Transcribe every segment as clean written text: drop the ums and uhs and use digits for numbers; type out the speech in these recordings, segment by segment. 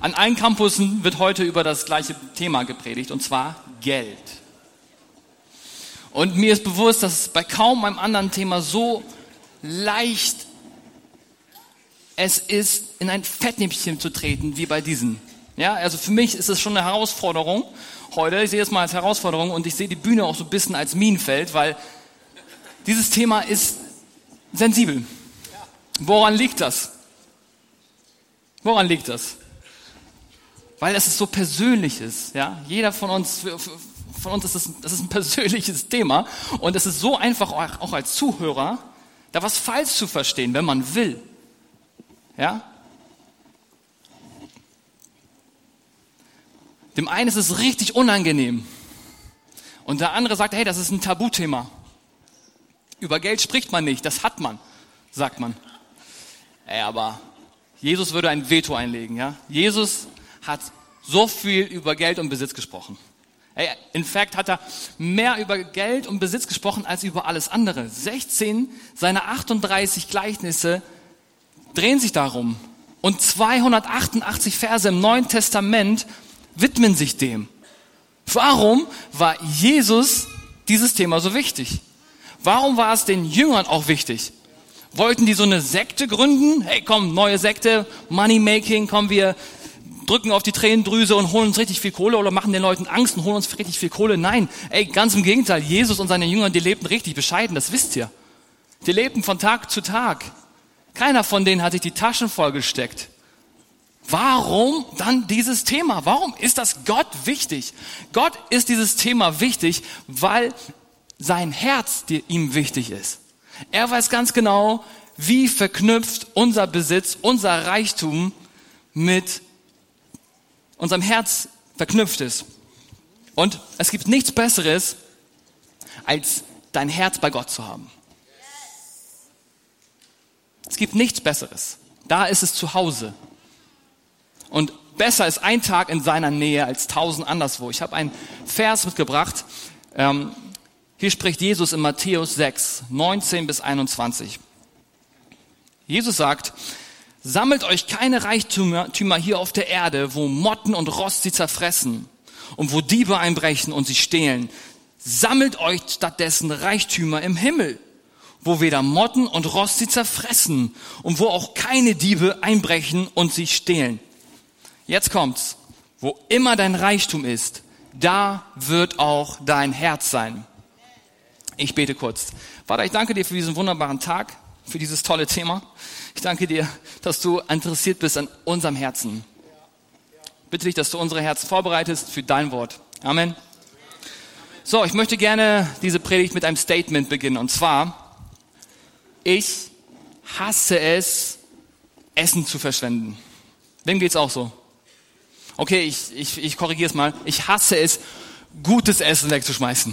An allen Campussen wird heute über das gleiche Thema gepredigt, und zwar Geld. Und mir ist bewusst, dass es bei kaum einem anderen Thema so leicht es ist, in ein Fettnäpfchen zu treten, wie bei diesem. Ja, also für mich ist es schon eine Herausforderung heute. Ich sehe es mal als Herausforderung und ich sehe die Bühne auch so ein bisschen als Minenfeld, weil dieses Thema ist sensibel. Woran liegt das? Woran liegt das? Weil es so persönlich ist. Ja, jeder von uns ist das ist ein persönliches Thema und es ist so einfach auch als Zuhörer, da was falsch zu verstehen, wenn man will. Ja? Dem einen ist es richtig unangenehm und der andere sagt, hey, das ist ein Tabuthema. Über Geld spricht man nicht, das hat man, sagt man. Aber Jesus würde ein Veto einlegen. Ja? Jesus hat so viel über Geld und Besitz gesprochen. In fact hat er mehr über Geld und Besitz gesprochen als über alles andere. 16 seiner 38 Gleichnisse drehen sich darum. Und 288 Verse im Neuen Testament widmen sich dem. Warum war Jesus dieses Thema so wichtig? Warum war es den Jüngern auch wichtig? Wollten die so eine Sekte gründen? Hey, komm, neue Sekte, Money-Making, komm, wir drücken auf die Tränendrüse und holen uns richtig viel Kohle oder machen den Leuten Angst und holen uns richtig viel Kohle. Nein, ganz im Gegenteil. Jesus und seine Jünger, die lebten richtig bescheiden, das wisst ihr. Die lebten von Tag zu Tag. Keiner von denen hat sich die Taschen vollgesteckt. Warum dann dieses Thema? Warum ist das Gott wichtig? Gott ist dieses Thema wichtig, weil sein Herz ihm wichtig ist. Er weiß ganz genau, wie verknüpft unser Besitz, unser Reichtum mit unserem Herz verknüpft ist. Und es gibt nichts Besseres, als dein Herz bei Gott zu haben. Es gibt nichts Besseres. Da ist es zu Hause. Und besser ist ein Tag in seiner Nähe als 1000 anderswo. Ich habe einen Vers mitgebracht. Hier spricht Jesus in Matthäus 6, 19 bis 21. Jesus sagt, sammelt euch keine Reichtümer hier auf der Erde, wo Motten und Rost sie zerfressen und wo Diebe einbrechen und sie stehlen. Sammelt euch stattdessen Reichtümer im Himmel, wo weder Motten und Rost sie zerfressen und wo auch keine Diebe einbrechen und sie stehlen. Jetzt kommt's. Wo immer dein Reichtum ist, da wird auch dein Herz sein. Ich bete kurz. Vater, ich danke dir für diesen wunderbaren Tag, für dieses tolle Thema. Ich danke dir, dass du interessiert bist an unserem Herzen. Bitte dich, dass du unsere Herzen vorbereitest für dein Wort. Amen. So, ich möchte gerne diese Predigt mit einem Statement beginnen. Und zwar, ich hasse es, Essen zu verschwenden. Wem geht's auch so? Okay, ich korrigiere es mal. Ich hasse es, gutes Essen wegzuschmeißen.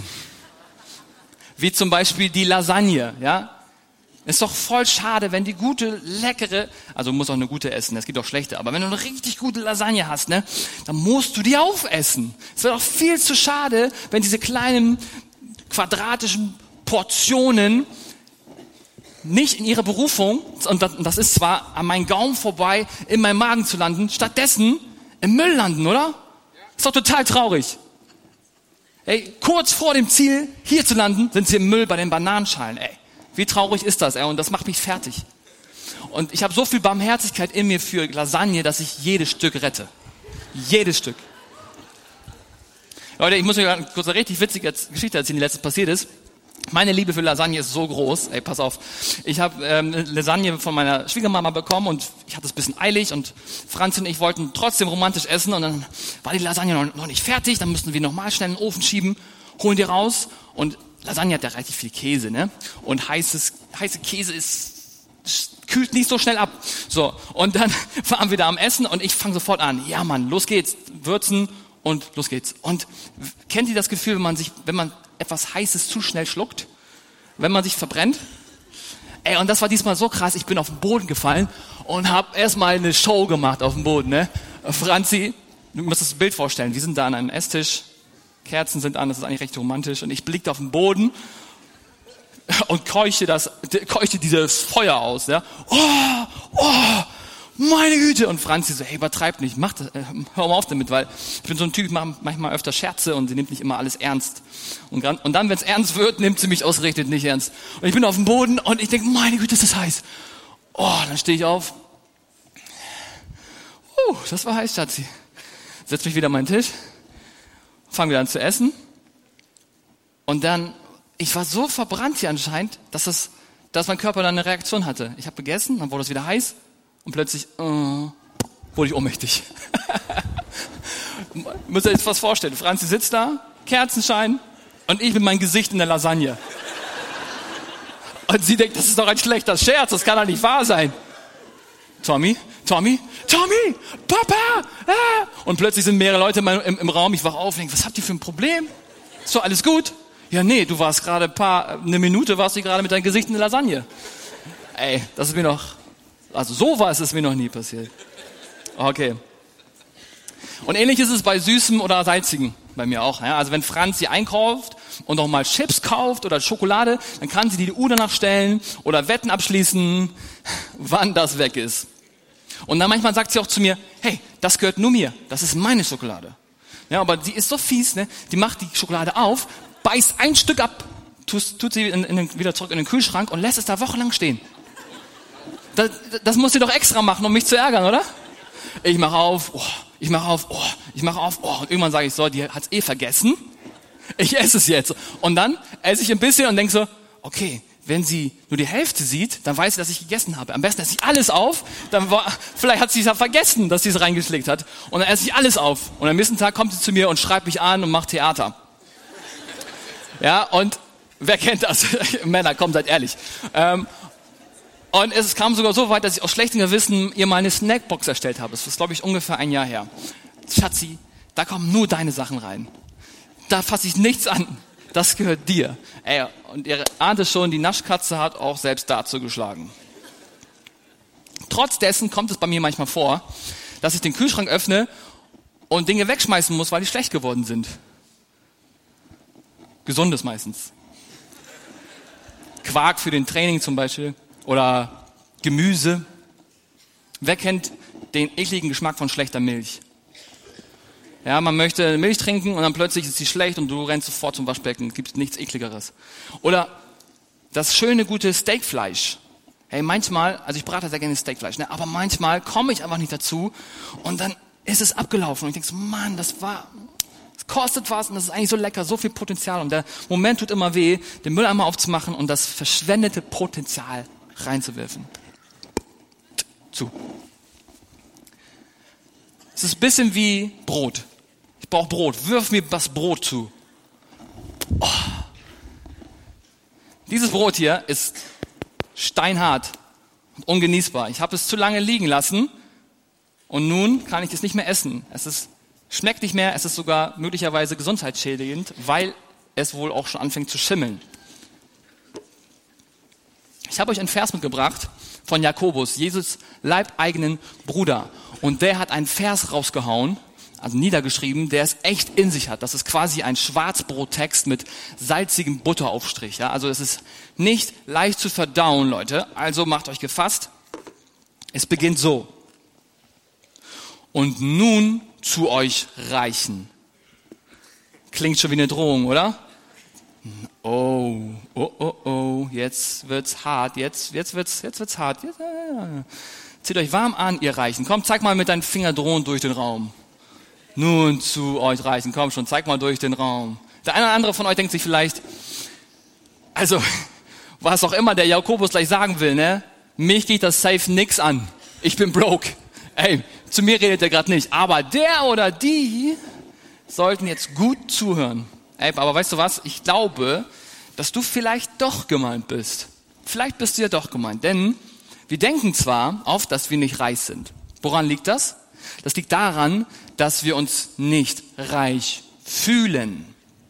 Wie zum Beispiel die Lasagne, ja? Ist doch voll schade, wenn die gute, leckere, also du musst auch eine gute essen, es gibt auch schlechte, aber wenn du eine richtig gute Lasagne hast, ne, dann musst du die aufessen. Es wäre doch viel zu schade, wenn diese kleinen, quadratischen Portionen nicht in ihrer Berufung, und das ist zwar an meinem Gaumen vorbei, in meinem Magen zu landen, stattdessen im Müll landen, oder? Ist doch total traurig. Kurz vor dem Ziel, hier zu landen, sind sie im Müll bei den Bananenschalen, Wie traurig ist das, und das macht mich fertig. Und ich habe so viel Barmherzigkeit in mir für Lasagne, dass ich jedes Stück rette. Jedes Stück. Leute, ich muss euch kurz eine richtig witzige Geschichte erzählen, die letztens passiert ist. Meine Liebe für Lasagne ist so groß. Pass auf. Ich habe Lasagne von meiner Schwiegermama bekommen und ich hatte es ein bisschen eilig und Franz und ich wollten trotzdem romantisch essen und dann war die Lasagne noch nicht fertig. Dann mussten wir nochmal schnell in den Ofen schieben, holen die raus und Lasagne hat ja relativ viel Käse, ne? Und heiße Käse kühlt nicht so schnell ab. So, und dann waren wir da am Essen und ich fange sofort an. Ja, Mann, los geht's. Würzen und los geht's. Und kennt ihr das Gefühl, wenn man etwas Heißes zu schnell schluckt? Wenn man sich verbrennt? Und das war diesmal so krass. Ich bin auf den Boden gefallen und habe erstmal eine Show gemacht auf dem Boden, ne? Franzi, du musst das Bild vorstellen. Wir sind da an einem Esstisch. Kerzen sind an, das ist eigentlich recht romantisch. Und ich blickte auf den Boden und keuchte dieses Feuer aus. Ja? Oh, meine Güte. Und Franzi so, hey, übertreib nicht, mach das, hör mal auf damit, weil ich bin so ein Typ, ich mache manchmal öfter Scherze und sie nimmt nicht immer alles ernst. Und dann, wenn es ernst wird, nimmt sie mich ausgerechnet nicht ernst. Und ich bin auf dem Boden und ich denke, meine Güte, ist das heiß. Oh, dann stehe ich auf. Das war heiß, Schatzi. Setz mich wieder an meinen Tisch, fange wieder an zu essen. Und dann, ich war so verbrannt hier anscheinend, dass mein Körper dann eine Reaktion hatte. Ich habe gegessen, dann wurde es wieder heiß und plötzlich wurde ich ohnmächtig. Müsst ihr euch was vorstellen. Franzi sitzt da, Kerzenschein und ich mit meinem Gesicht in der Lasagne. Und sie denkt, das ist doch ein schlechter Scherz, das kann doch nicht wahr sein. Tommy, Papa! Ah! Und plötzlich sind mehrere Leute im Raum, ich wach auf und denke, was habt ihr für ein Problem? Ist doch alles gut? Ja, nee, du warst gerade eine Minute warst du gerade mit deinem Gesicht in der Lasagne. Ey, das ist mir noch, also sowas ist mir noch nie passiert. Okay. Und ähnlich ist es bei Süßem oder Salzigen, bei mir auch. Ja? Also wenn Franzi einkauft und auch mal Chips kauft oder Schokolade, dann kann sie die Uhr danach stellen oder Wetten abschließen, wann das weg ist. Und dann manchmal sagt sie auch zu mir, hey, das gehört nur mir, das ist meine Schokolade. Ja, aber die ist so fies, ne? Die macht die Schokolade auf, beißt ein Stück ab, tut sie wieder zurück in den Kühlschrank und lässt es da wochenlang stehen. Das muss sie doch extra machen, um mich zu ärgern, oder? Ich mache auf, ich mache auf. Und irgendwann sage ich so, die hat's vergessen. Ich esse es jetzt. Und dann esse ich ein bisschen und denke so, okay, wenn sie nur die Hälfte sieht, dann weiß sie, dass ich gegessen habe. Am besten esse ich alles auf. Vielleicht hat sie es ja vergessen, dass sie es reingeschickt hat. Und dann esse ich alles auf. Und am nächsten Tag kommt sie zu mir und schreibt mich an und macht Theater. Ja, und wer kennt das? Männer, komm, seid ehrlich. Und es kam sogar so weit, dass ich aus schlechtem Gewissen ihr mal eine Snackbox erstellt habe. Das ist, glaube ich, ungefähr ein Jahr her. Schatzi, da kommen nur deine Sachen rein. Da fasse ich nichts an. Das gehört dir. Ey, und ihr ahnt es schon, die Naschkatze hat auch selbst dazu geschlagen. Trotz dessen kommt es bei mir manchmal vor, dass ich den Kühlschrank öffne und Dinge wegschmeißen muss, weil die schlecht geworden sind. Gesundes meistens. Quark für den Training zum Beispiel oder Gemüse. Wer kennt den ekligen Geschmack von schlechter Milch? Ja, man möchte Milch trinken und dann plötzlich ist sie schlecht und du rennst sofort zum Waschbecken. Es gibt nichts Ekligeres. Oder das schöne, gute Steakfleisch. Hey, manchmal, also ich brate sehr gerne Steakfleisch, ne? Aber manchmal komme ich einfach nicht dazu und dann ist es abgelaufen. Und ich denke so, Mann, das kostet was und das ist eigentlich so lecker, so viel Potenzial. Und der Moment tut immer weh, den Mülleimer aufzumachen und das verschwendete Potenzial reinzuwerfen. Zu. Es ist ein bisschen wie Brot. Ich brauche Brot. Wirf mir das Brot zu. Oh. Dieses Brot hier ist steinhart und ungenießbar. Ich habe es zu lange liegen lassen und nun kann ich es nicht mehr essen. Schmeckt nicht mehr, es ist sogar möglicherweise gesundheitsschädigend, weil es wohl auch schon anfängt zu schimmeln. Ich habe euch einen Vers mitgebracht von Jakobus, Jesus leibeigenen Bruder. Und der hat einen Vers rausgehauen, also niedergeschrieben, der es echt in sich hat. Das ist quasi ein Schwarzbrottext mit salzigem Butteraufstrich. Ja? Also es ist nicht leicht zu verdauen, Leute. Also macht euch gefasst. Es beginnt so. Und nun zu euch Reichen. Klingt schon wie eine Drohung, oder? Oh, jetzt wird's hart, jetzt wird's hart. Zieht euch warm an, ihr Reichen. Komm, zeig mal mit deinen Fingern drohend durch den Raum. Nun zu euch Reichen, komm schon, zeig mal durch den Raum. Der eine oder andere von euch denkt sich vielleicht, also, was auch immer der Jakobus gleich sagen will, ne? Mich geht das safe nix an. Ich bin broke. Ey, zu mir redet er gerade nicht. Aber der oder die sollten jetzt gut zuhören. Ey, aber weißt du was? Ich glaube, dass du vielleicht doch gemeint bist. Vielleicht bist du ja doch gemeint. Denn wir denken zwar oft, dass wir nicht reich sind. Woran liegt das? Das liegt daran, dass wir uns nicht reich fühlen.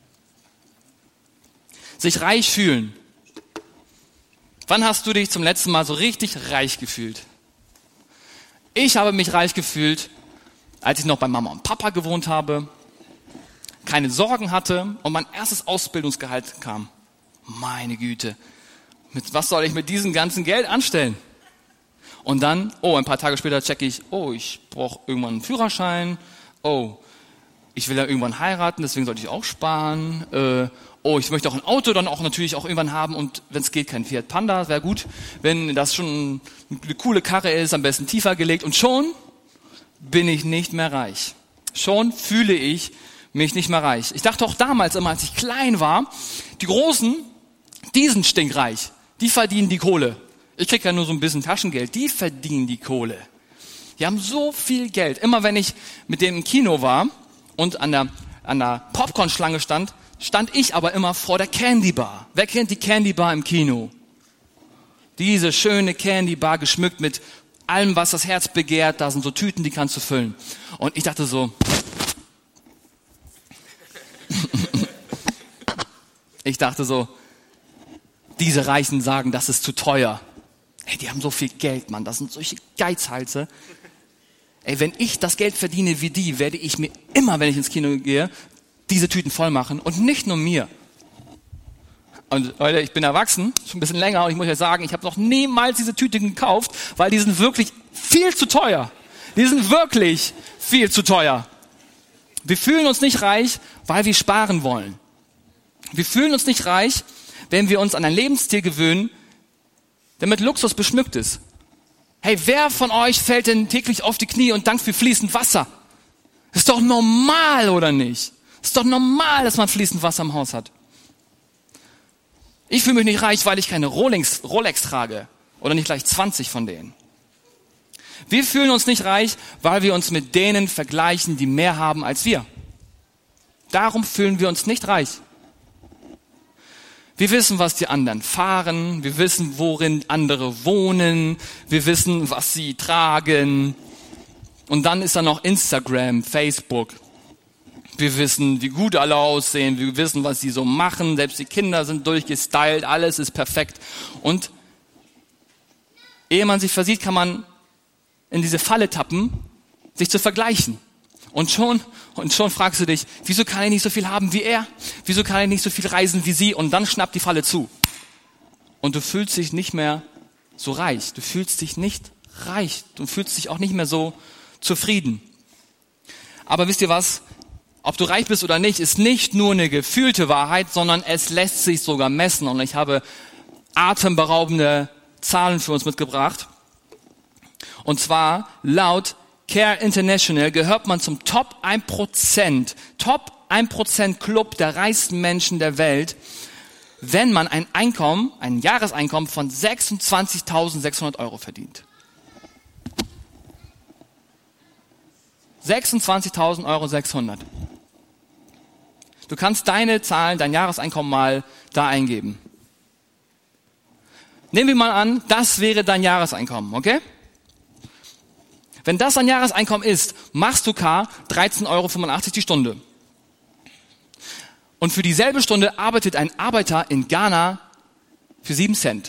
Sich reich fühlen. Wann hast du dich zum letzten Mal so richtig reich gefühlt? Ich habe mich reich gefühlt, als ich noch bei Mama und Papa gewohnt habe, keine Sorgen hatte und mein erstes Ausbildungsgehalt kam. Meine Güte, was soll ich mit diesem ganzen Geld anstellen? Und dann, ein paar Tage später checke ich, ich brauche irgendwann einen Führerschein. Ich will ja irgendwann heiraten, deswegen sollte ich auch sparen. Ich möchte auch ein Auto dann auch natürlich auch irgendwann haben und wenn es geht, kein Fiat Panda, wäre gut. Wenn das schon eine coole Karre ist, am besten tiefer gelegt und schon bin ich nicht mehr reich. Schon fühle ich mich nicht mehr reich. Ich dachte auch damals immer, als ich klein war, die Großen, die sind stinkreich. Die verdienen die Kohle. Ich kriege ja nur so ein bisschen Taschengeld. Die verdienen die Kohle. Die haben so viel Geld. Immer wenn ich mit denen im Kino war und an der Popcorn-Schlange stand ich aber immer vor der Candy Bar. Wer kennt die Candy Bar im Kino? Diese schöne Candy Bar geschmückt mit allem, was das Herz begehrt. Da sind so Tüten, die kannst du füllen. Und ich dachte so, diese Reichen sagen, das ist zu teuer. Hey, die haben so viel Geld, Mann. Das sind solche Geizhalse. Ey, wenn ich das Geld verdiene wie die, werde ich mir immer, wenn ich ins Kino gehe, diese Tüten voll machen. Und nicht nur mir. Und Leute, ich bin erwachsen, schon ein bisschen länger. Und ich muss ja sagen, ich habe noch niemals diese Tüten gekauft, weil die sind wirklich viel zu teuer. Die sind wirklich viel zu teuer. Wir fühlen uns nicht reich, weil wir sparen wollen. Wir fühlen uns nicht reich, wenn wir uns an einen Lebensstil gewöhnen, der mit Luxus beschmückt ist. Hey, wer von euch fällt denn täglich auf die Knie und dankt für fließend Wasser? Ist doch normal, oder nicht? Ist doch normal, dass man fließend Wasser im Haus hat. Ich fühle mich nicht reich, weil ich keine Rolex trage. Oder nicht gleich 20 von denen. Wir fühlen uns nicht reich, weil wir uns mit denen vergleichen, die mehr haben als wir. Darum fühlen wir uns nicht reich. Wir wissen, was die anderen fahren. Wir wissen, worin andere wohnen. Wir wissen, was sie tragen. Und dann ist da noch Instagram, Facebook. Wir wissen, wie gut alle aussehen. Wir wissen, was sie so machen. Selbst die Kinder sind durchgestylt. Alles ist perfekt. Und ehe man sich versieht, kann man in diese Falle tappen, sich zu vergleichen. Und schon fragst du dich, wieso kann ich nicht so viel haben wie er? Wieso kann ich nicht so viel reisen wie sie? Und dann schnappt die Falle zu. Und du fühlst dich nicht mehr so reich. Du fühlst dich nicht reich. Du fühlst dich auch nicht mehr so zufrieden. Aber wisst ihr was? Ob du reich bist oder nicht, ist nicht nur eine gefühlte Wahrheit, sondern es lässt sich sogar messen. Und ich habe atemberaubende Zahlen für uns mitgebracht. Und zwar laut Care International gehört man zum Top 1% Club der reichsten Menschen der Welt, wenn man ein Jahreseinkommen von 26.600 Euro verdient. 26.600 Euro. Du kannst deine Zahlen, dein Jahreseinkommen mal da eingeben. Nehmen wir mal an, das wäre dein Jahreseinkommen, okay? Wenn das ein Jahreseinkommen ist, machst du 13,85 Euro die Stunde. Und für dieselbe Stunde arbeitet ein Arbeiter in Ghana für 7 Cent.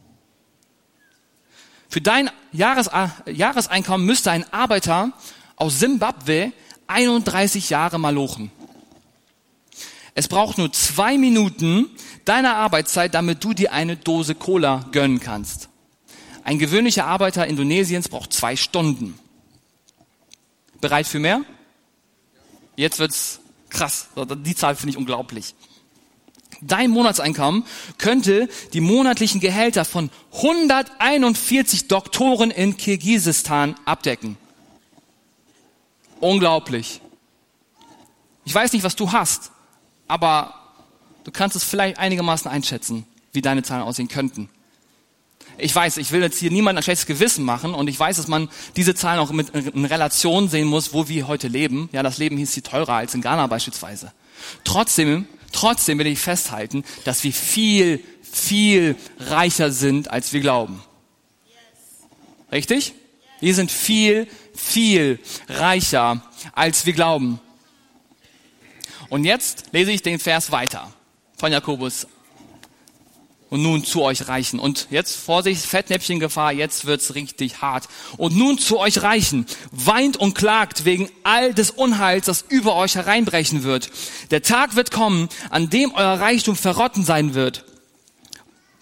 Für dein Jahreseinkommen müsste ein Arbeiter aus Simbabwe 31 Jahre malochen. Es braucht nur 2 Minuten deiner Arbeitszeit, damit du dir eine Dose Cola gönnen kannst. Ein gewöhnlicher Arbeiter Indonesiens braucht 2 Stunden. Bereit für mehr? Jetzt wird's krass. Die Zahl finde ich unglaublich. Dein Monatseinkommen könnte die monatlichen Gehälter von 141 Doktoren in Kirgisistan abdecken. Unglaublich. Ich weiß nicht, was du hast, aber du kannst es vielleicht einigermaßen einschätzen, wie deine Zahlen aussehen könnten. Ich weiß, ich will jetzt hier niemandem ein schlechtes Gewissen machen und ich weiß, dass man diese Zahlen auch in Relation sehen muss, wo wir heute leben. Ja, das Leben hier ist viel teurer als in Ghana beispielsweise. Trotzdem will ich festhalten, dass wir viel, viel reicher sind, als wir glauben. Richtig? Wir sind viel, viel reicher, als wir glauben. Und jetzt lese ich den Vers weiter von Jakobus. Und nun zu euch Reichen. Und jetzt, Vorsicht, Fettnäpfchengefahr, jetzt wird's richtig hart. Und nun zu euch Reichen, weint und klagt wegen all des Unheils, das über euch hereinbrechen wird. Der Tag wird kommen, an dem euer Reichtum verrotten sein wird.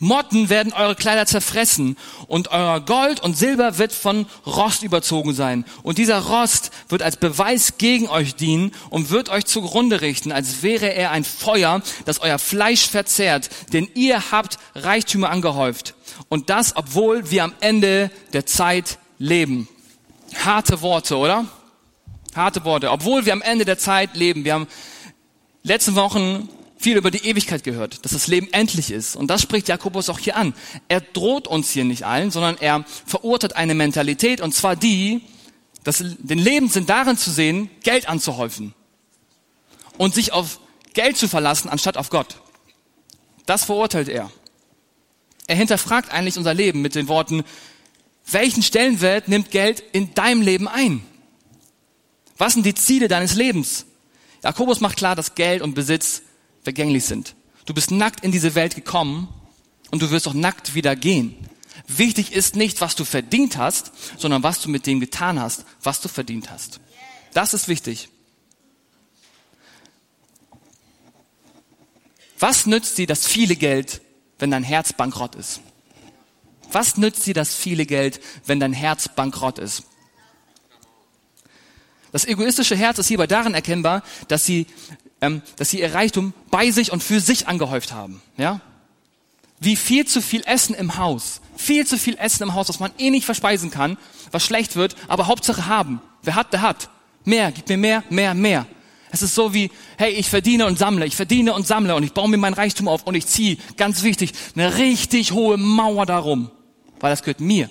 Motten werden eure Kleider zerfressen und euer Gold und Silber wird von Rost überzogen sein. Und dieser Rost wird als Beweis gegen euch dienen und wird euch zugrunde richten, als wäre er ein Feuer, das euer Fleisch verzehrt. Denn ihr habt Reichtümer angehäuft. Und das, obwohl wir am Ende der Zeit leben. Harte Worte, oder? Harte Worte. Obwohl wir am Ende der Zeit leben. Wir haben letzten Wochen viel über die Ewigkeit gehört, dass das Leben endlich ist. Und das spricht Jakobus auch hier an. Er droht uns hier nicht allen, sondern er verurteilt eine Mentalität, und zwar die, dass den Lebenssinn darin zu sehen, Geld anzuhäufen und sich auf Geld zu verlassen, anstatt auf Gott. Das verurteilt er. Er hinterfragt eigentlich unser Leben mit den Worten, welchen Stellenwert nimmt Geld in deinem Leben ein? Was sind die Ziele deines Lebens? Jakobus macht klar, dass Geld und Besitz vergänglich sind. Du bist nackt in diese Welt gekommen und du wirst auch nackt wieder gehen. Wichtig ist nicht, was du verdient hast, sondern was du mit dem getan hast, was du verdient hast. Das ist wichtig. Was nützt dir das viele Geld, wenn dein Herz bankrott ist? Was nützt dir das viele Geld, wenn dein Herz bankrott ist? Das egoistische Herz ist hierbei darin erkennbar, dass sie ihr Reichtum bei sich und für sich angehäuft haben. Ja? Wie viel zu viel Essen im Haus. Viel zu viel Essen im Haus, was man eh nicht verspeisen kann, was schlecht wird, aber Hauptsache haben. Wer hat, der hat. Mehr, gib mir mehr, mehr, mehr. Es ist so wie, hey, ich verdiene und sammle und ich baue mir mein Reichtum auf und ich ziehe, ganz wichtig, eine richtig hohe Mauer darum, weil das gehört mir.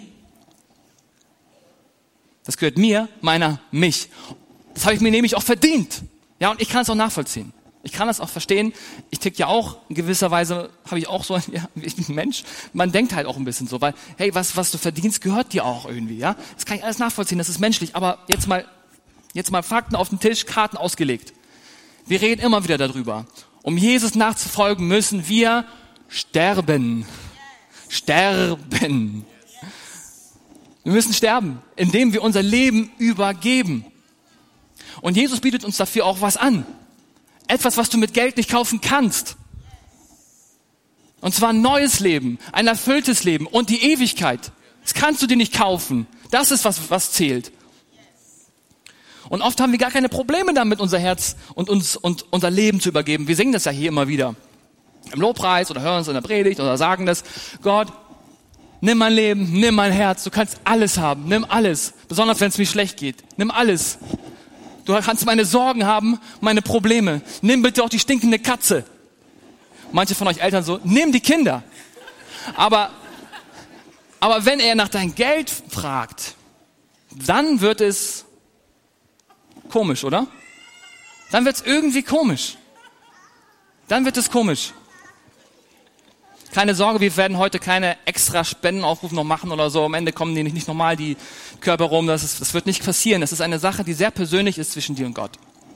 Das gehört mir, mich. Das habe ich mir nämlich auch verdient. Ja, und ich kann es auch nachvollziehen. Ich kann das auch verstehen. Ich tick ja auch in gewisser Weise, habe ich auch so, ja, ich bin ein Mensch. Man denkt halt auch ein bisschen so, weil, hey, was du verdienst, gehört dir auch irgendwie, ja. Das kann ich alles nachvollziehen, das ist menschlich. Aber jetzt mal Fakten auf den Tisch, Karten ausgelegt. Wir reden immer wieder darüber. Um Jesus nachzufolgen, müssen wir sterben. Sterben. Wir müssen sterben, indem wir unser Leben übergeben. Und Jesus bietet uns dafür auch was an. Etwas, was du mit Geld nicht kaufen kannst. Und zwar ein neues Leben, ein erfülltes Leben und die Ewigkeit. Das kannst du dir nicht kaufen. Das ist was zählt. Und oft haben wir gar keine Probleme damit, unser Herz und unser Leben zu übergeben. Wir singen das ja hier immer wieder. Im Lobpreis oder hören es in der Predigt oder sagen das. Gott, nimm mein Leben, nimm mein Herz. Du kannst alles haben. Nimm alles. Besonders wenn es mir schlecht geht. Nimm alles. Du kannst meine Sorgen haben, meine Probleme. Nimm bitte auch die stinkende Katze. Manche von euch Eltern so, nimm die Kinder. Aber wenn er nach dein Geld fragt, dann wird es komisch, oder? Dann wird es irgendwie komisch. Dann wird es komisch. Keine Sorge, wir werden heute keine extra Spendenaufrufe noch machen oder so. Am Ende kommen die nicht normal, die Körper rum. Das wird nicht passieren. Das ist eine Sache, die sehr persönlich ist zwischen dir und Gott.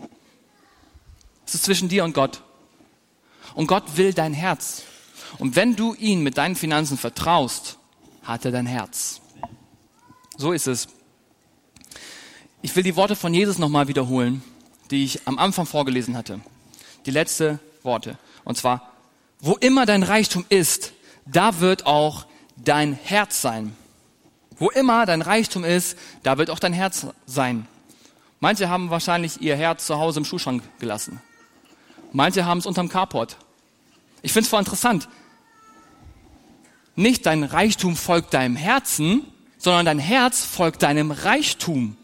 Es ist zwischen dir und Gott. Und Gott will dein Herz. Und wenn du ihn mit deinen Finanzen vertraust, hat er dein Herz. So ist es. Ich will die Worte von Jesus nochmal wiederholen, die ich am Anfang vorgelesen hatte. Die letzten Worte. Und zwar, wo immer dein Reichtum ist, da wird auch dein Herz sein. Wo immer dein Reichtum ist, da wird auch dein Herz sein. Manche haben wahrscheinlich ihr Herz zu Hause im Schuhschrank gelassen. Manche haben es unterm Carport. Ich finde es voll interessant. Nicht dein Reichtum folgt deinem Herzen, sondern dein Herz folgt deinem Reichtum.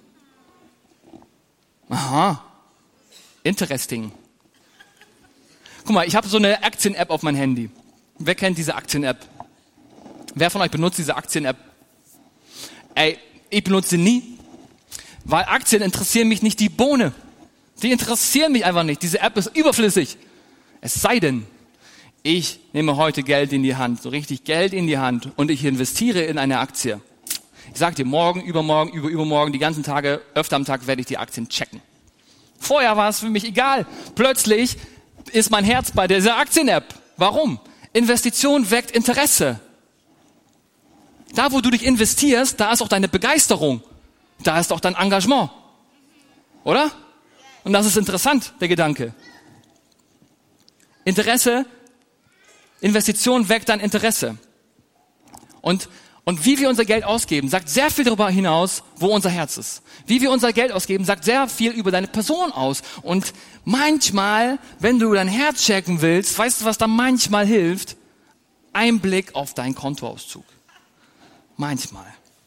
Aha, interesting. Guck mal, ich habe so eine Aktien-App auf mein Handy. Wer kennt diese Aktien-App? Wer von euch benutzt diese Aktien-App? Ey, ich benutze sie nie, weil Aktien interessieren mich nicht die Bohne. Die interessieren mich einfach nicht. Diese App ist überflüssig. Es sei denn, ich nehme heute Geld in die Hand, so richtig Geld in die Hand und ich investiere in eine Aktie. Ich sage dir, morgen, übermorgen, übermorgen, die ganzen Tage, öfter am Tag werde ich die Aktien checken. Vorher war es für mich egal. Plötzlich ist mein Herz bei dieser Aktien-App. Warum? Investition weckt Interesse. Da, wo du dich investierst, da ist auch deine Begeisterung. Da ist auch dein Engagement. Oder? Und das ist interessant, der Gedanke. Interesse Investition weckt dein Interesse. Und wie wir unser Geld ausgeben, sagt sehr viel darüber hinaus, wo unser Herz ist. Wie wir unser Geld ausgeben, sagt sehr viel über deine Person aus. Und manchmal, wenn du dein Herz checken willst, weißt du, was da manchmal hilft? Ein Blick auf deinen Kontoauszug. Manchmal.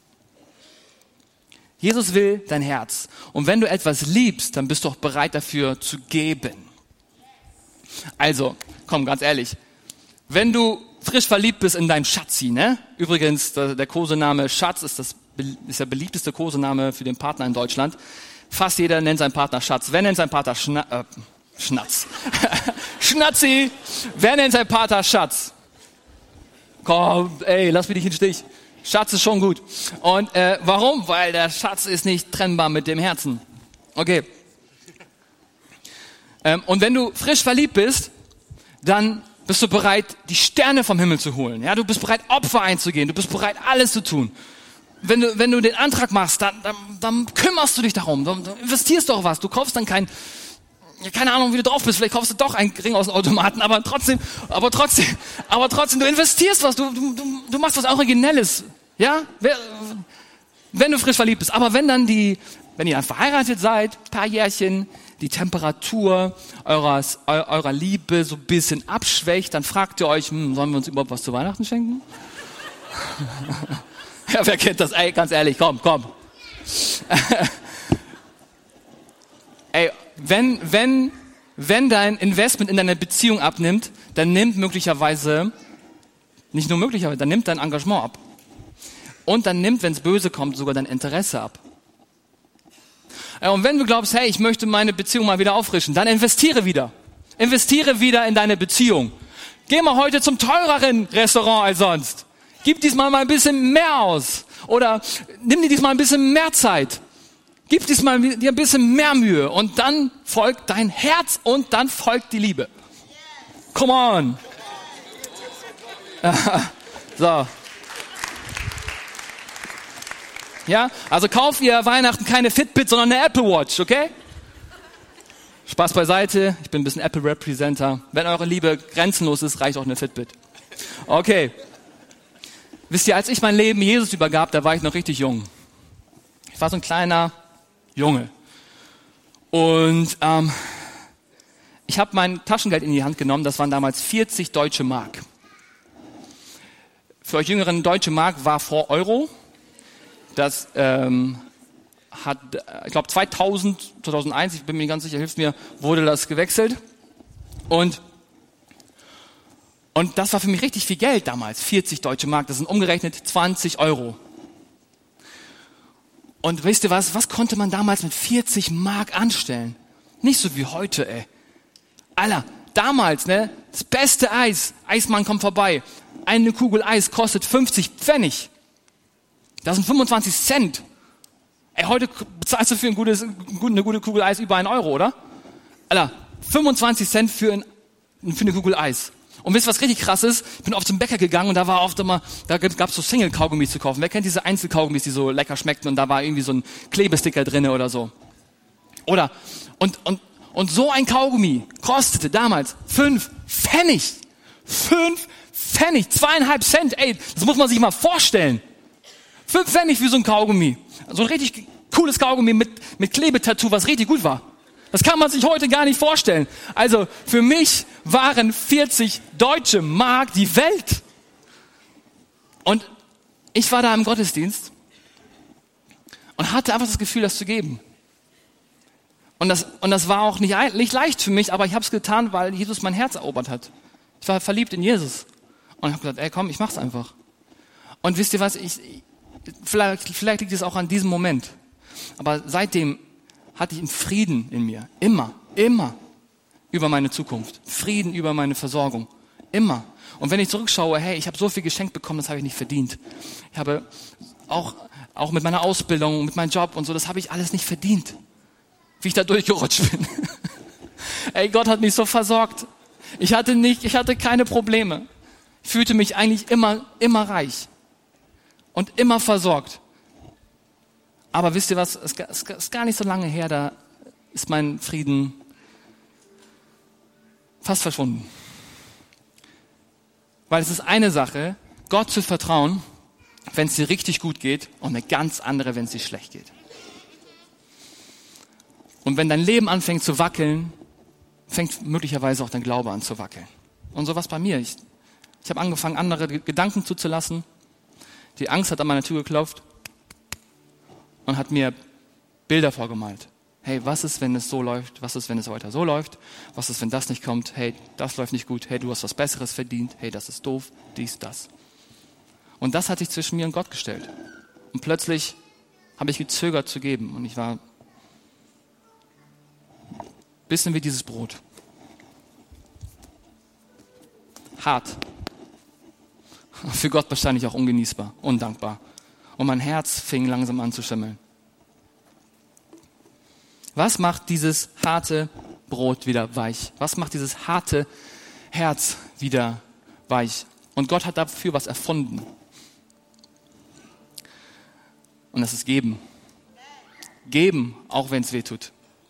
Jesus will dein Herz. Und wenn du etwas liebst, dann bist du auch bereit dafür zu geben. Also, komm, ganz ehrlich. Wenn du frisch verliebt bist in deinen Schatzi, ne? Übrigens, der Kosename Schatz ist der beliebteste Kosename für den Partner in Deutschland. Fast jeder nennt seinen Partner Schatz. Wer nennt seinen Partner Schnatz? Schnatzi! Wer nennt seinen Partner Schatz? Komm, ey, lass mich nicht in den Stich. Schatz ist schon gut. Und warum? Weil der Schatz ist nicht trennbar mit dem Herzen. Okay. Und wenn du frisch verliebt bist, dann bist du bereit, die Sterne vom Himmel zu holen. Ja, du bist bereit, Opfer einzugehen. Du bist bereit, alles zu tun. Wenn du den Antrag machst, dann kümmerst du dich darum. Du investierst doch was. Du kaufst dann keine Ahnung, wie du drauf bist. Vielleicht kaufst du doch einen Ring aus dem Automaten, aber trotzdem, du investierst was. Du machst was Originelles. Ja? Wenn du frisch verliebt bist. Aber wenn ihr dann verheiratet seid, ein paar Jährchen, die Temperatur eurer Liebe so ein bisschen abschwächt, dann fragt ihr euch, sollen wir uns überhaupt was zu Weihnachten schenken? Ja, wer kennt das? Ey, ganz ehrlich, komm. Ey, wenn dein Investment in deine Beziehung abnimmt, dann nimmt dann nimmt dein Engagement ab. Und dann nimmt, wenn es böse kommt, sogar dein Interesse ab. Und wenn du glaubst, hey, ich möchte meine Beziehung mal wieder auffrischen, dann investiere wieder. Investiere wieder in deine Beziehung. Geh mal heute zum teureren Restaurant als sonst. Gib diesmal mal ein bisschen mehr aus. Oder nimm dir diesmal ein bisschen mehr Zeit. Gib diesmal dir ein bisschen mehr Mühe. Und dann folgt dein Herz und dann folgt die Liebe. Come on. So. Ja, also kauft ihr Weihnachten keine Fitbit, sondern eine Apple Watch, okay? Spaß beiseite, ich bin ein bisschen Apple-Representer. Wenn eure Liebe grenzenlos ist, reicht auch eine Fitbit. Okay. Wisst ihr, als ich mein Leben Jesus übergab, da war ich noch richtig jung. Ich war so ein kleiner Junge. Und ich habe mein Taschengeld in die Hand genommen, das waren damals 40 deutsche Mark. Für euch Jüngeren, deutsche Mark war vor Euro. Das hat, ich glaube 2001, ich bin mir ganz sicher, hilft mir, wurde das gewechselt. Und das war für mich richtig viel Geld damals, 40 deutsche Mark, das sind umgerechnet 20 Euro. Und wisst ihr was konnte man damals mit 40 Mark anstellen? Nicht so wie heute, ey. Alter, damals, ne, das beste Eis, Eismann kommt vorbei, eine Kugel Eis kostet 50 Pfennig. Das sind 25 Cent. Ey, heute bezahlst du für eine gute Kugel Eis über 1 Euro, oder? Alter, 25 Cent für eine Kugel Eis. Und wisst ihr, was richtig krass ist? Ich bin oft zum Bäcker gegangen und da war oft immer, da gab's so Single-Kaugummis zu kaufen. Wer kennt diese Einzelkaugummis, die so lecker schmeckten und da war irgendwie so ein Klebesticker drinne oder so? Oder, und so ein Kaugummi kostete damals 5 Pfennig. 5 Pfennig, 2,5 Cent. Ey, das muss man sich mal vorstellen. 5 Pfennig für so ein Kaugummi. So ein richtig cooles Kaugummi mit Klebetattoo, was richtig gut war. Das kann man sich heute gar nicht vorstellen. Also für mich waren 40 deutsche Mark die Welt. Und ich war da im Gottesdienst und hatte einfach das Gefühl, das zu geben. Und das war auch nicht leicht für mich, aber ich habe es getan, weil Jesus mein Herz erobert hat. Ich war verliebt in Jesus. Und ich habe gesagt, ey komm, ich mach's einfach. Und wisst ihr was, vielleicht liegt es auch an diesem Moment. Aber seitdem hatte ich einen Frieden in mir. Immer über meine Zukunft. Frieden über meine Versorgung. Immer. Und wenn ich zurückschaue, hey, ich habe so viel geschenkt bekommen, das habe ich nicht verdient. Ich habe auch mit meiner Ausbildung, mit meinem Job und so, das habe ich alles nicht verdient. Wie ich da durchgerutscht bin. Ey, Gott hat mich so versorgt. Ich hatte keine Probleme. Ich fühlte mich eigentlich immer reich. Und immer versorgt. Aber wisst ihr was, es ist gar nicht so lange her, da ist mein Frieden fast verschwunden. Weil es ist eine Sache, Gott zu vertrauen, wenn es dir richtig gut geht, und eine ganz andere, wenn es dir schlecht geht. Und wenn dein Leben anfängt zu wackeln, fängt möglicherweise auch dein Glaube an zu wackeln. Und so was bei mir. Ich habe angefangen, andere Gedanken zuzulassen. Die Angst hat an meine Tür geklopft und hat mir Bilder vorgemalt. Hey, was ist, wenn es so läuft? Was ist, wenn es weiter so läuft? Was ist, wenn das nicht kommt? Hey, das läuft nicht gut. Hey, du hast was Besseres verdient. Hey, das ist doof. Dies, das. Und das hat sich zwischen mir und Gott gestellt. Und plötzlich habe ich gezögert zu geben. Und ich war ein bisschen wie dieses Brot. Hart. Für Gott wahrscheinlich auch ungenießbar, undankbar. Und mein Herz fing langsam an zu schimmeln. Was macht dieses harte Brot wieder weich? Was macht dieses harte Herz wieder weich? Und Gott hat dafür was erfunden. Und das ist geben. Geben, auch wenn es weh tut.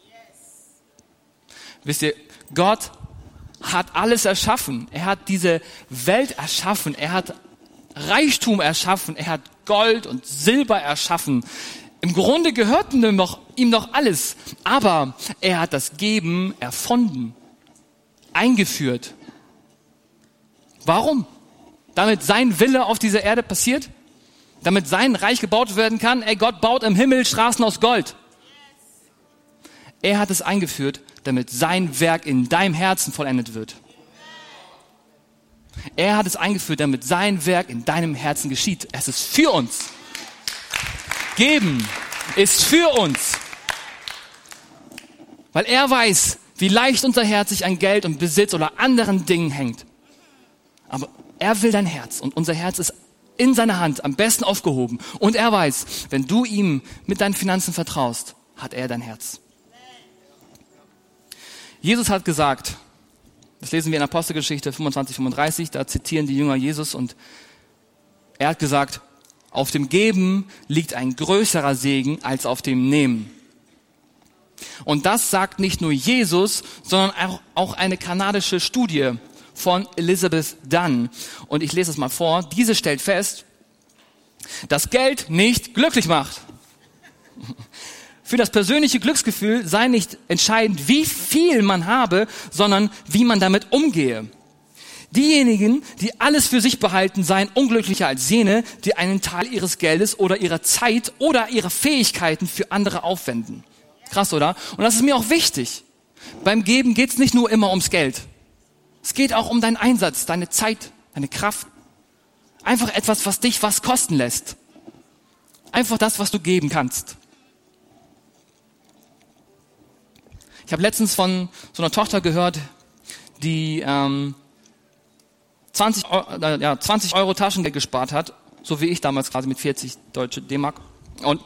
Wisst ihr, Gott hat alles erschaffen. Er hat diese Welt erschaffen. Er hat Reichtum erschaffen. Er hat Gold und Silber erschaffen. Im Grunde gehört ihm noch alles. Aber er hat das Geben erfunden, eingeführt. Warum? Damit sein Wille auf dieser Erde passiert? Damit sein Reich gebaut werden kann? Ey, Gott baut im Himmel Straßen aus Gold. Er hat es eingeführt, damit sein Werk in deinem Herzen vollendet wird. Er hat es eingeführt, damit sein Werk in deinem Herzen geschieht. Es ist für uns. Geben ist für uns. Weil er weiß, wie leicht unser Herz sich an Geld und Besitz oder anderen Dingen hängt. Aber er will dein Herz und unser Herz ist in seiner Hand am besten aufgehoben. Und er weiß, wenn du ihm mit deinen Finanzen vertraust, hat er dein Herz. Jesus hat gesagt, das lesen wir in Apostelgeschichte 25:35, da zitieren die Jünger Jesus und er hat gesagt, auf dem Geben liegt ein größerer Segen als auf dem Nehmen. Und das sagt nicht nur Jesus, sondern auch eine kanadische Studie von Elizabeth Dunn. Und ich lese es mal vor. Diese stellt fest, dass Geld nicht glücklich macht. Für das persönliche Glücksgefühl sei nicht entscheidend, wie viel man habe, sondern wie man damit umgehe. Diejenigen, die alles für sich behalten, seien unglücklicher als jene, die einen Teil ihres Geldes oder ihrer Zeit oder ihrer Fähigkeiten für andere aufwenden. Krass, oder? Und das ist mir auch wichtig. Beim Geben geht es nicht nur immer ums Geld. Es geht auch um deinen Einsatz, deine Zeit, deine Kraft. Einfach etwas, was dich was kosten lässt. Einfach das, was du geben kannst. Ich habe letztens von so einer Tochter gehört, die 20 Euro Taschengeld gespart hat, so wie ich damals quasi mit 40 deutsche D-Mark. Und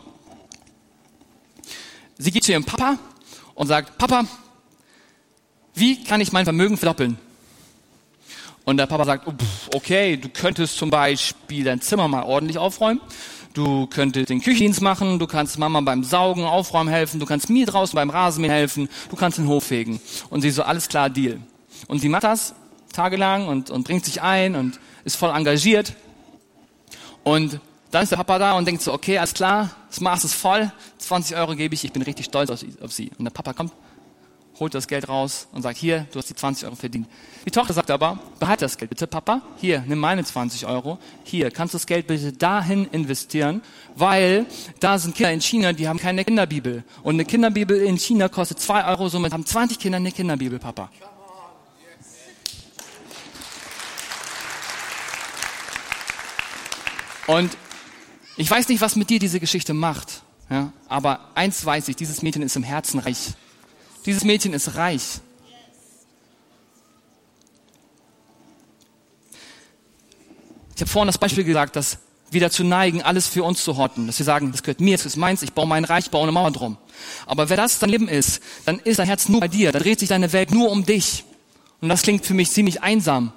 sie geht zu ihrem Papa und sagt, Papa, wie kann ich mein Vermögen verdoppeln? Und der Papa sagt, okay, du könntest zum Beispiel dein Zimmer mal ordentlich aufräumen. Du könntest den Küchendienst machen, du kannst Mama beim Saugen, Aufräumen helfen, du kannst mir draußen beim Rasenmähen helfen, du kannst den Hof fegen. Und sie so, alles klar, Deal. Und sie macht das tagelang und bringt sich ein und ist voll engagiert. Und dann ist der Papa da und denkt so, okay, alles klar, das Maß ist voll, 20 Euro gebe ich bin richtig stolz auf sie. Und der Papa kommt, holt das Geld raus und sagt, hier, du hast die 20 Euro verdient. Die Tochter sagt aber, behalte das Geld bitte, Papa, hier, nimm meine 20 Euro, hier, kannst du das Geld bitte dahin investieren, weil da sind Kinder in China, die haben keine Kinderbibel. Und eine Kinderbibel in China kostet 2 Euro, somit haben 20 Kinder eine Kinderbibel, Papa. Und ich weiß nicht, was mit dir diese Geschichte macht, ja, aber eins weiß ich, dieses Mädchen ist im Herzen reich. Dieses Mädchen ist reich. Ich habe vorhin das Beispiel gesagt, dass wir dazu neigen, alles für uns zu horten. Dass wir sagen, das gehört mir, das ist meins, ich baue mein Reich, ich baue eine Mauer drum. Aber wenn das dein Leben ist, dann ist dein Herz nur bei dir. Dann dreht sich deine Welt nur um dich. Und das klingt für mich ziemlich einsam.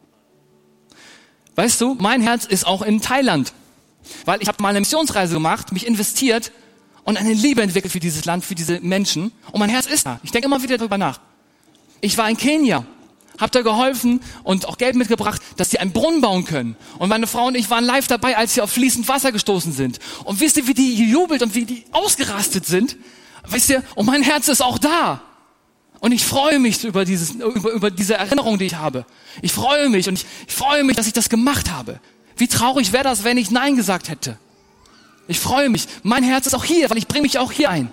Weißt du, mein Herz ist auch in Thailand. Weil ich habe mal eine Missionsreise gemacht, mich investiert und eine Liebe entwickelt für dieses Land, für diese Menschen. Und mein Herz ist da. Ich denke immer wieder darüber nach. Ich war in Kenia, habe da geholfen und auch Geld mitgebracht. dass sie einen Brunnen bauen können. Und meine Frau und ich waren live dabei, als sie auf fließend Wasser gestoßen sind. Und wisst ihr, wie die gejubelt und wie die ausgerastet sind? Wisst ihr, und mein Herz ist auch da. Und ich freue mich über diese Erinnerung, die ich habe. Ich freue mich und ich freue mich, dass ich das gemacht habe. Wie traurig wäre das, wenn ich Nein gesagt hätte? Ich freue mich. Mein Herz ist auch hier, weil ich bringe mich auch hier ein.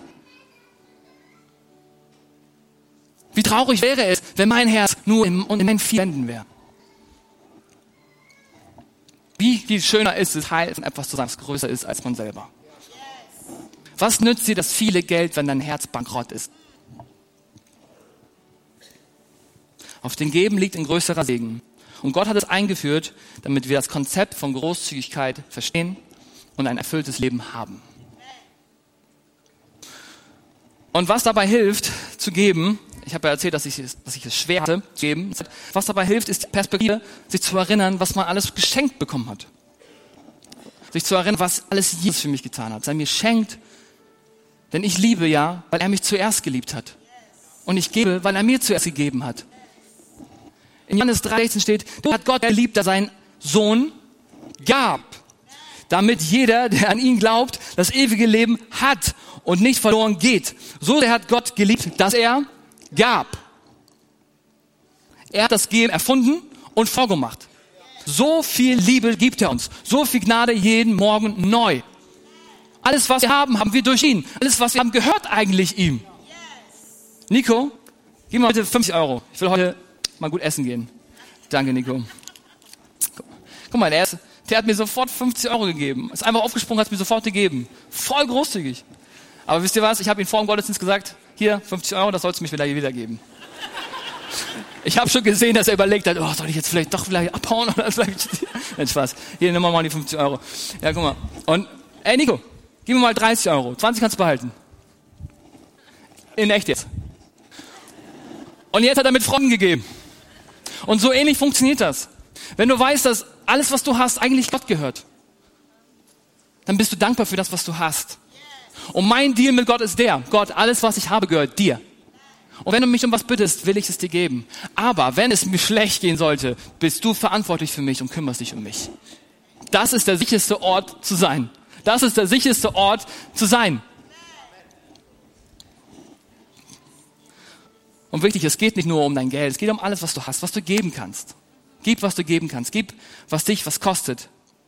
Wie traurig wäre es, wenn mein Herz nur in meinen vier Wänden wäre. Wie viel schöner ist es, Teil von etwas zu sein, das größer ist als man selber. Was nützt dir das viele Geld, wenn dein Herz bankrott ist? Auf den Geben liegt ein größerer Segen. Und Gott hat es eingeführt, damit wir das Konzept von Großzügigkeit verstehen und ein erfülltes Leben haben. Und was dabei hilft, zu geben, ich habe ja erzählt, dass ich es schwer hatte, zu geben. Was dabei hilft, ist die Perspektive, sich zu erinnern, was man alles geschenkt bekommen hat. Sich zu erinnern, was alles Jesus für mich getan hat. Dass er mir schenkt, denn ich liebe ja, weil er mich zuerst geliebt hat. Und ich gebe, weil er mir zuerst gegeben hat. In Johannes 3,16 steht, du hat Gott geliebt, der seinen Sohn gab, damit jeder, der an ihn glaubt, das ewige Leben hat und nicht verloren geht. So sehr hat Gott geliebt, dass er gab. Er hat das Geben erfunden und vorgemacht. So viel Liebe gibt er uns. So viel Gnade jeden Morgen neu. Alles, was wir haben, haben wir durch ihn. Alles, was wir haben, gehört eigentlich ihm. Nico, gib mir heute 50 Euro. Ich will heute mal gut essen gehen. Danke, Nico. Guck mal, der hat mir sofort 50 Euro gegeben. Ist einfach aufgesprungen, hat es mir sofort gegeben. Voll großzügig. Aber wisst ihr was? Ich habe ihm vor dem Gottesdienst gesagt, hier, 50 Euro, das sollst du mich wieder geben. Ich habe schon gesehen, dass er überlegt hat, soll ich jetzt vielleicht abhauen? Oder vielleicht... Nein, Spaß. Hier, nimm mal die 50 Euro. Ja, guck mal. Und, Nico, gib mir mal 30 Euro. 20 kannst du behalten. In echt jetzt. Und jetzt hat er mit Freunden gegeben. Und so ähnlich funktioniert das. Wenn du weißt, dass alles, was du hast, eigentlich Gott gehört, dann bist du dankbar für das, was du hast. Und mein Deal mit Gott ist Gott, alles, was ich habe, gehört dir. Und wenn du mich um was bittest, will ich es dir geben. Aber wenn es mir schlecht gehen sollte, bist du verantwortlich für mich und kümmerst dich um mich. Das ist der sicherste Ort zu sein. Das ist der sicherste Ort zu sein. Und wichtig, es geht nicht nur um dein Geld, es geht um alles, was du hast, was du geben kannst. Gib, was du geben kannst. Gib, was dich was kostet.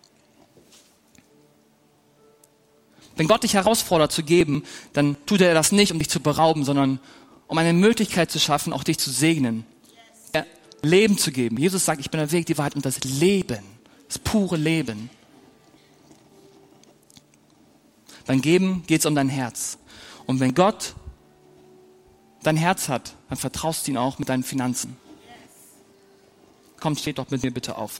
Wenn Gott dich herausfordert zu geben, dann tut er das nicht, um dich zu berauben, sondern um eine Möglichkeit zu schaffen, auch dich zu segnen. Leben zu geben. Jesus sagt, ich bin der Weg, die Wahrheit und das Leben. Das pure Leben. Beim Geben geht es um dein Herz. Und wenn Gott dein Herz hat, dann vertraust du ihn auch mit deinen Finanzen. Komm, steht doch mit mir bitte auf.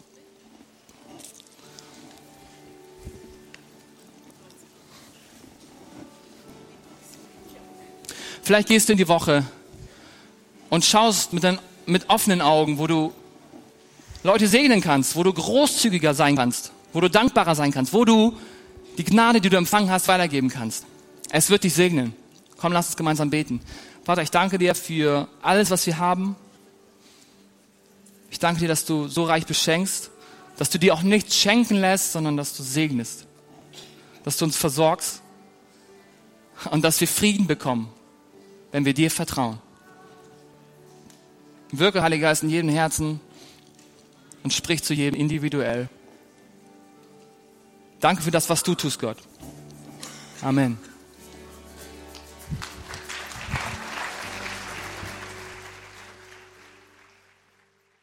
Vielleicht gehst du in die Woche und schaust mit offenen Augen, wo du Leute segnen kannst, wo du großzügiger sein kannst, wo du dankbarer sein kannst, wo du die Gnade, die du empfangen hast, weitergeben kannst. Es wird dich segnen. Komm, lass uns gemeinsam beten. Vater, ich danke dir für alles, was wir haben. Ich danke dir, dass du so reich beschenkst, dass du dir auch nichts schenken lässt, sondern dass du segnest, dass du uns versorgst und dass wir Frieden bekommen, wenn wir dir vertrauen. Wirke, Heiliger Geist, in jedem Herzen und sprich zu jedem individuell. Danke für das, was du tust, Gott. Amen.